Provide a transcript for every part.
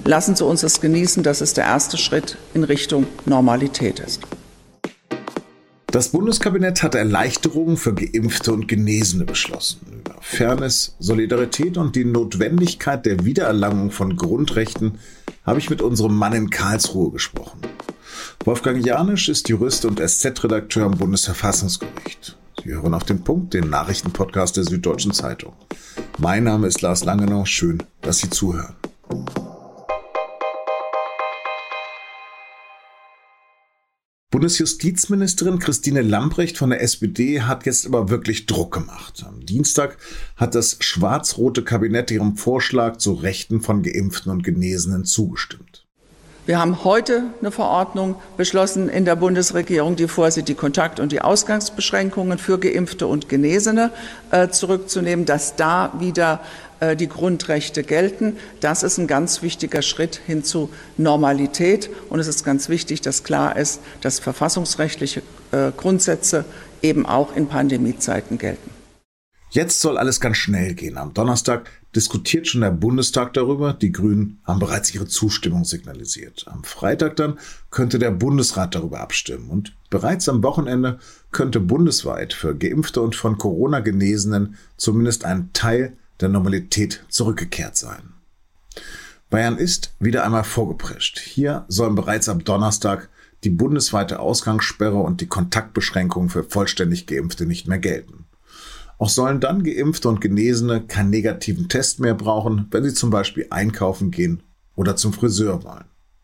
lassen Sie uns es genießen, dass es der erste Schritt in Richtung Normalität ist. Das Bundeskabinett hat Erleichterungen für Geimpfte und Genesene beschlossen. Über Fairness, Solidarität und die Notwendigkeit der Wiedererlangung von Grundrechten habe ich mit unserem Mann in Karlsruhe gesprochen. Wolfgang Janisch ist Jurist und SZ-Redakteur am Bundesverfassungsgericht. Sie hören auf den Punkt, den Nachrichtenpodcast der Süddeutschen Zeitung. Mein Name ist Lars Langenau. Schön, dass Sie zuhören. Bundesjustizministerin Christine Lambrecht von der SPD hat jetzt aber wirklich Druck gemacht. Am Dienstag hat das schwarz-rote Kabinett ihrem Vorschlag zu Rechten von Geimpften und Genesenen zugestimmt. Wir haben heute eine Verordnung beschlossen in der Bundesregierung, die vorsieht, die Kontakt- und die Ausgangsbeschränkungen für Geimpfte und Genesene zurückzunehmen, dass da wieder die Grundrechte gelten. Das ist ein ganz wichtiger Schritt hin zu Normalität. Und es ist ganz wichtig, dass klar ist, dass verfassungsrechtliche Grundsätze eben auch in Pandemiezeiten gelten. Jetzt soll alles ganz schnell gehen. Am Donnerstag diskutiert schon der Bundestag darüber. Die Grünen haben bereits ihre Zustimmung signalisiert. Am Freitag dann könnte der Bundesrat darüber abstimmen. Und bereits am Wochenende könnte bundesweit für Geimpfte und von Corona Genesenen zumindest ein Teil der Normalität zurückgekehrt sein. Bayern ist wieder einmal vorgeprescht. Hier sollen bereits ab Donnerstag die bundesweite Ausgangssperre und die Kontaktbeschränkungen für vollständig Geimpfte nicht mehr gelten. Auch sollen dann Geimpfte und Genesene keinen negativen Test mehr brauchen, wenn sie zum Beispiel einkaufen gehen oder zum Friseur wollen.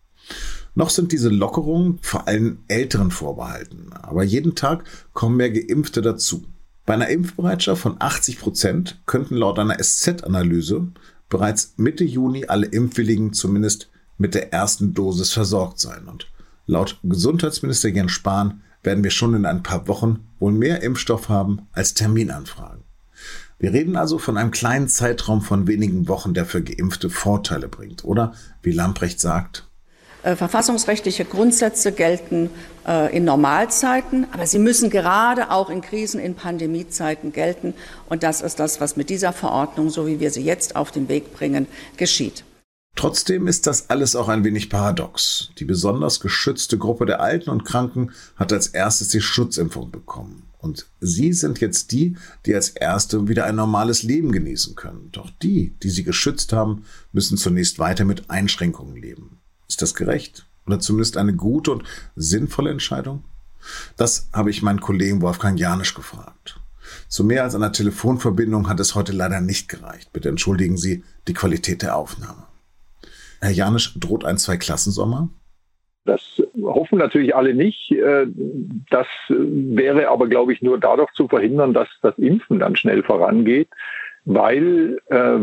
Noch sind diese Lockerungen vor allem Älteren vorbehalten, aber jeden Tag kommen mehr Geimpfte dazu. Bei einer Impfbereitschaft von 80% könnten laut einer SZ-Analyse bereits Mitte Juni alle Impfwilligen zumindest mit der ersten Dosis versorgt sein. Und laut Gesundheitsminister Jens Spahn werden wir schon in ein paar Wochen wohl mehr Impfstoff haben als Terminanfragen. Wir reden also von einem kleinen Zeitraum von wenigen Wochen, der für Geimpfte Vorteile bringt. Oder, wie Lambrecht sagt, verfassungsrechtliche Grundsätze gelten in Normalzeiten, aber sie müssen gerade auch in Krisen, in Pandemiezeiten gelten. Und das ist das, was mit dieser Verordnung, so wie wir sie jetzt auf den Weg bringen, geschieht. Trotzdem ist das alles auch ein wenig paradox. Die besonders geschützte Gruppe der Alten und Kranken hat als erstes die Schutzimpfung bekommen. Und sie sind jetzt die, die als Erste wieder ein normales Leben genießen können. Doch die sie geschützt haben, müssen zunächst weiter mit Einschränkungen leben. Ist das gerecht? Oder zumindest eine gute und sinnvolle Entscheidung? Das habe ich meinen Kollegen Wolfgang Janisch gefragt. Zu mehr als einer Telefonverbindung hat es heute leider nicht gereicht. Bitte entschuldigen Sie die Qualität der Aufnahme. Herr Janisch, droht ein Zweiklassensommer? Das hoffen natürlich alle nicht. Das wäre aber, glaube ich, nur dadurch zu verhindern, dass das Impfen dann schnell vorangeht. Weil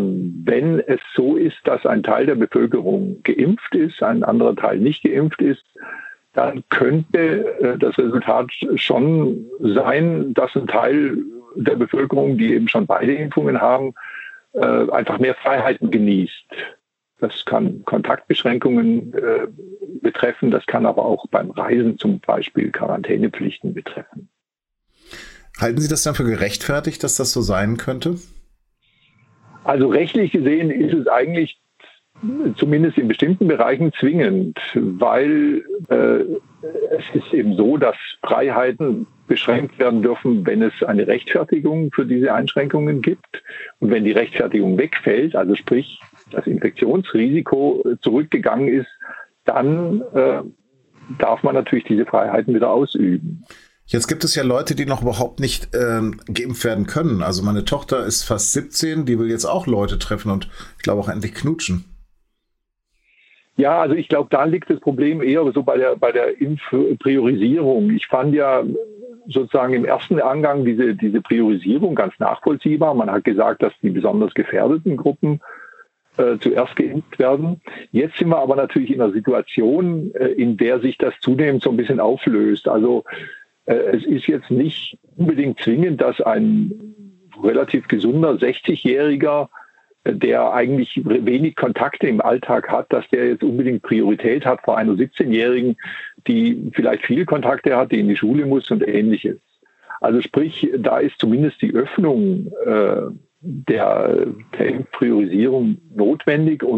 wenn es so ist, dass ein Teil der Bevölkerung geimpft ist, ein anderer Teil nicht geimpft ist, dann könnte das Resultat schon sein, dass ein Teil der Bevölkerung, die eben schon beide Impfungen haben, einfach mehr Freiheiten genießt. Das kann Kontaktbeschränkungen betreffen, das kann aber auch beim Reisen zum Beispiel Quarantänepflichten betreffen. Halten Sie das dann für gerechtfertigt, dass das so sein könnte? Also rechtlich gesehen ist es eigentlich zumindest in bestimmten Bereichen zwingend, weil es ist eben so, dass Freiheiten beschränkt werden dürfen, wenn es eine Rechtfertigung für diese Einschränkungen gibt. Und wenn die Rechtfertigung wegfällt, also sprich das Infektionsrisiko zurückgegangen ist, dann darf man natürlich diese Freiheiten wieder ausüben. Jetzt gibt es ja Leute, die noch überhaupt nicht geimpft werden können. Also meine Tochter ist fast 17, die will jetzt auch Leute treffen und ich glaube auch endlich knutschen. Ja, also ich glaube, da liegt das Problem eher so bei der Impfpriorisierung. Ich fand ja sozusagen im ersten Angang diese Priorisierung ganz nachvollziehbar. Man hat gesagt, dass die besonders gefährdeten Gruppen zuerst geimpft werden. Jetzt sind wir aber natürlich in einer Situation, in der sich das zunehmend so ein bisschen auflöst. Also es ist jetzt nicht unbedingt zwingend, dass ein relativ gesunder 60-Jähriger, der eigentlich wenig Kontakte im Alltag hat, dass der jetzt unbedingt Priorität hat vor einer 17-Jährigen, die vielleicht viele Kontakte hat, die in die Schule muss und Ähnliches. Also sprich, da ist zumindest die Öffnung der Priorisierung notwendig und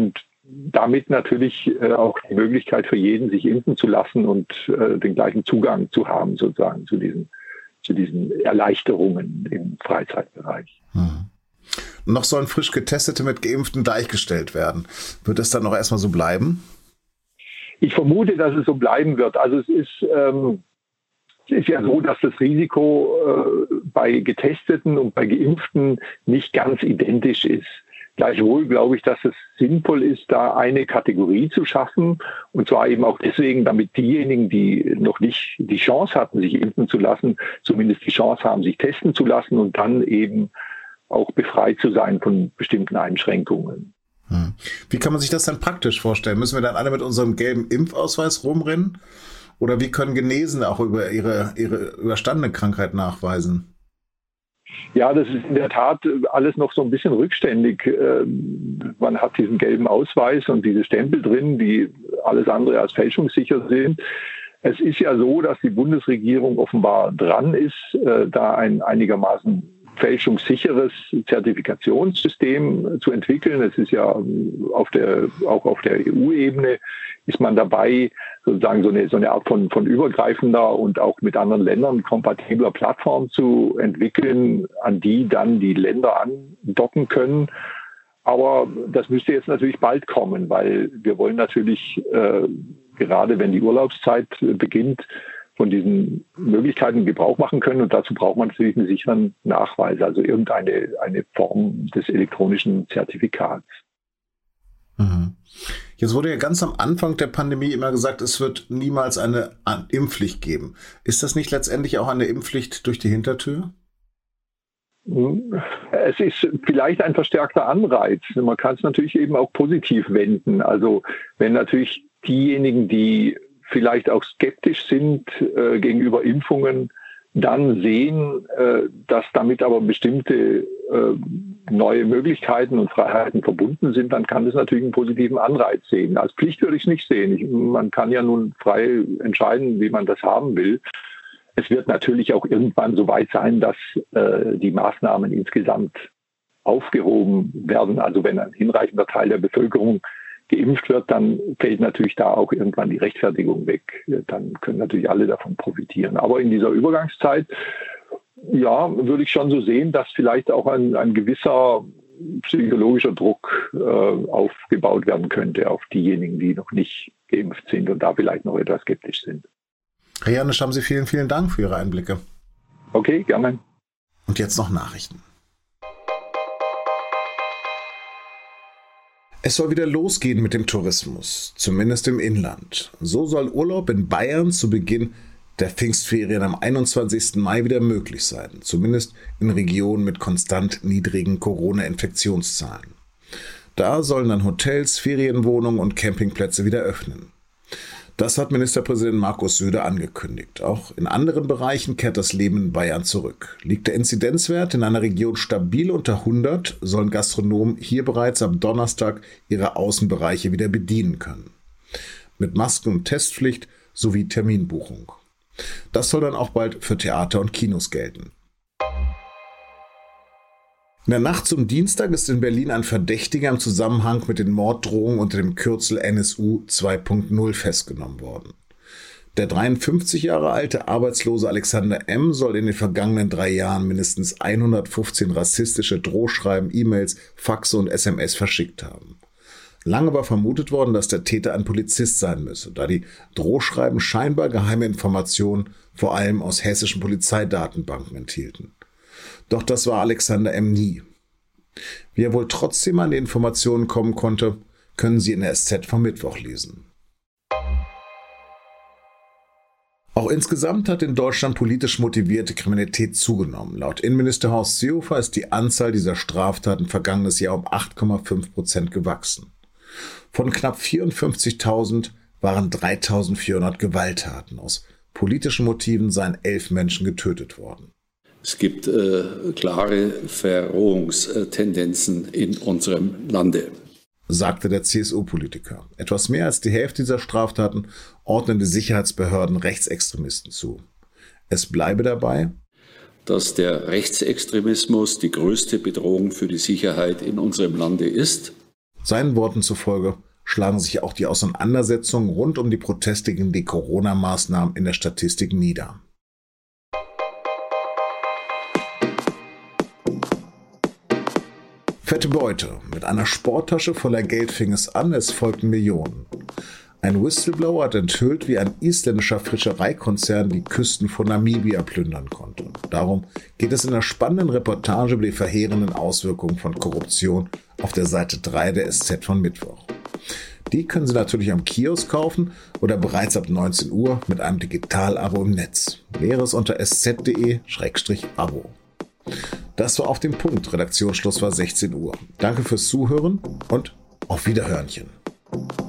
damit natürlich auch die Möglichkeit für jeden, sich impfen zu lassen und den gleichen Zugang zu haben, sozusagen, zu diesen Erleichterungen im Freizeitbereich. Noch sollen frisch Getestete mit Geimpften gleichgestellt werden. Wird das dann noch erstmal so bleiben? Ich vermute, dass es so bleiben wird. Also es ist ja so, dass das Risiko bei Getesteten und bei Geimpften nicht ganz identisch ist. Gleichwohl glaube ich, dass es sinnvoll ist, da eine Kategorie zu schaffen. Und zwar eben auch deswegen, damit diejenigen, die noch nicht die Chance hatten, sich impfen zu lassen, zumindest die Chance haben, sich testen zu lassen und dann eben auch befreit zu sein von bestimmten Einschränkungen. Wie kann man sich das dann praktisch vorstellen? Müssen wir dann alle mit unserem gelben Impfausweis rumrennen? Oder wie können Genesene auch über ihre überstandene Krankheit nachweisen? Ja, das ist in der Tat alles noch so ein bisschen rückständig. Man hat diesen gelben Ausweis und diese Stempel drin, die alles andere als fälschungssicher sind. Es ist ja so, dass die Bundesregierung offenbar dran ist, da ein einigermaßen fälschungssicheres Zertifikationssystem zu entwickeln. Es ist ja auch auf der EU-Ebene ist man dabei, sozusagen so eine Art von übergreifender und auch mit anderen Ländern kompatibler Plattform zu entwickeln, an die dann die Länder andocken können. Aber das müsste jetzt natürlich bald kommen, weil wir wollen natürlich, gerade wenn die Urlaubszeit beginnt, von diesen Möglichkeiten Gebrauch machen können. Und dazu braucht man natürlich einen sicheren Nachweis, also eine Form des elektronischen Zertifikats. Jetzt wurde ja ganz am Anfang der Pandemie immer gesagt, es wird niemals eine Impfpflicht geben. Ist das nicht letztendlich auch eine Impfpflicht durch die Hintertür? Es ist vielleicht ein verstärkter Anreiz. Man kann es natürlich eben auch positiv wenden. Also wenn natürlich diejenigen, die vielleicht auch skeptisch sind gegenüber Impfungen, dann sehen, dass damit aber bestimmte neue Möglichkeiten und Freiheiten verbunden sind, dann kann das natürlich einen positiven Anreiz sehen. Als Pflicht würde ich es nicht sehen. Man kann ja nun frei entscheiden, wie man das haben will. Es wird natürlich auch irgendwann so weit sein, dass die Maßnahmen insgesamt aufgehoben werden. Also wenn ein hinreichender Teil der Bevölkerung geimpft wird, dann fällt natürlich da auch irgendwann die Rechtfertigung weg. Dann können natürlich alle davon profitieren. Aber in dieser Übergangszeit, ja, würde ich schon so sehen, dass vielleicht auch ein gewisser psychologischer Druck aufgebaut werden könnte auf diejenigen, die noch nicht geimpft sind und da vielleicht noch etwas skeptisch sind. Herr Janisch, haben Sie vielen, vielen Dank für Ihre Einblicke. Okay, gerne. Und jetzt noch Nachrichten. Es soll wieder losgehen mit dem Tourismus, zumindest im Inland. So soll Urlaub in Bayern zu Beginn der Pfingstferien am 21. Mai wieder möglich sein, zumindest in Regionen mit konstant niedrigen Corona-Infektionszahlen. Da sollen dann Hotels, Ferienwohnungen und Campingplätze wieder öffnen. Das hat Ministerpräsident Markus Söder angekündigt. Auch in anderen Bereichen kehrt das Leben in Bayern zurück. Liegt der Inzidenzwert in einer Region stabil unter 100, sollen Gastronomen hier bereits am Donnerstag ihre Außenbereiche wieder bedienen können. Mit Masken- und Testpflicht sowie Terminbuchung. Das soll dann auch bald für Theater und Kinos gelten. In der Nacht zum Dienstag ist in Berlin ein Verdächtiger im Zusammenhang mit den Morddrohungen unter dem Kürzel NSU 2.0 festgenommen worden. Der 53 Jahre alte arbeitslose Alexander M. soll in den vergangenen 3 Jahren mindestens 115 rassistische Drohschreiben, E-Mails, Faxe und SMS verschickt haben. Lange war vermutet worden, dass der Täter ein Polizist sein müsse, da die Drohschreiben scheinbar geheime Informationen vor allem aus hessischen Polizeidatenbanken enthielten. Doch das war Alexander M. nie. Wie er wohl trotzdem an die Informationen kommen konnte, können Sie in der SZ vom Mittwoch lesen. Auch insgesamt hat in Deutschland politisch motivierte Kriminalität zugenommen. Laut Innenminister Horst Seehofer ist die Anzahl dieser Straftaten vergangenes Jahr um 8,5% gewachsen. Von knapp 54.000 waren 3.400 Gewalttaten. Aus politischen Motiven seien 11 Menschen getötet worden. Es gibt klare Verrohungstendenzen in unserem Lande, sagte der CSU-Politiker. Etwas mehr als die Hälfte dieser Straftaten ordnen die Sicherheitsbehörden Rechtsextremisten zu. Es bleibe dabei, dass der Rechtsextremismus die größte Bedrohung für die Sicherheit in unserem Lande ist. Seinen Worten zufolge schlagen sich auch die Auseinandersetzungen rund um die Proteste gegen die Corona-Maßnahmen in der Statistik nieder. Fette Beute. Mit einer Sporttasche voller Geld fing es an, es folgten Millionen. Ein Whistleblower hat enthüllt, wie ein isländischer Fischereikonzern die Küsten von Namibia plündern konnte. Darum geht es in der spannenden Reportage über die verheerenden Auswirkungen von Korruption auf der Seite 3 der SZ von Mittwoch. Die können Sie natürlich am Kiosk kaufen oder bereits ab 19 Uhr mit einem Digital-Abo im Netz. Näheres unter sz.de/abo. Das war Auf den Punkt. Redaktionsschluss war 16 Uhr. Danke fürs Zuhören und auf Wiederhörnchen.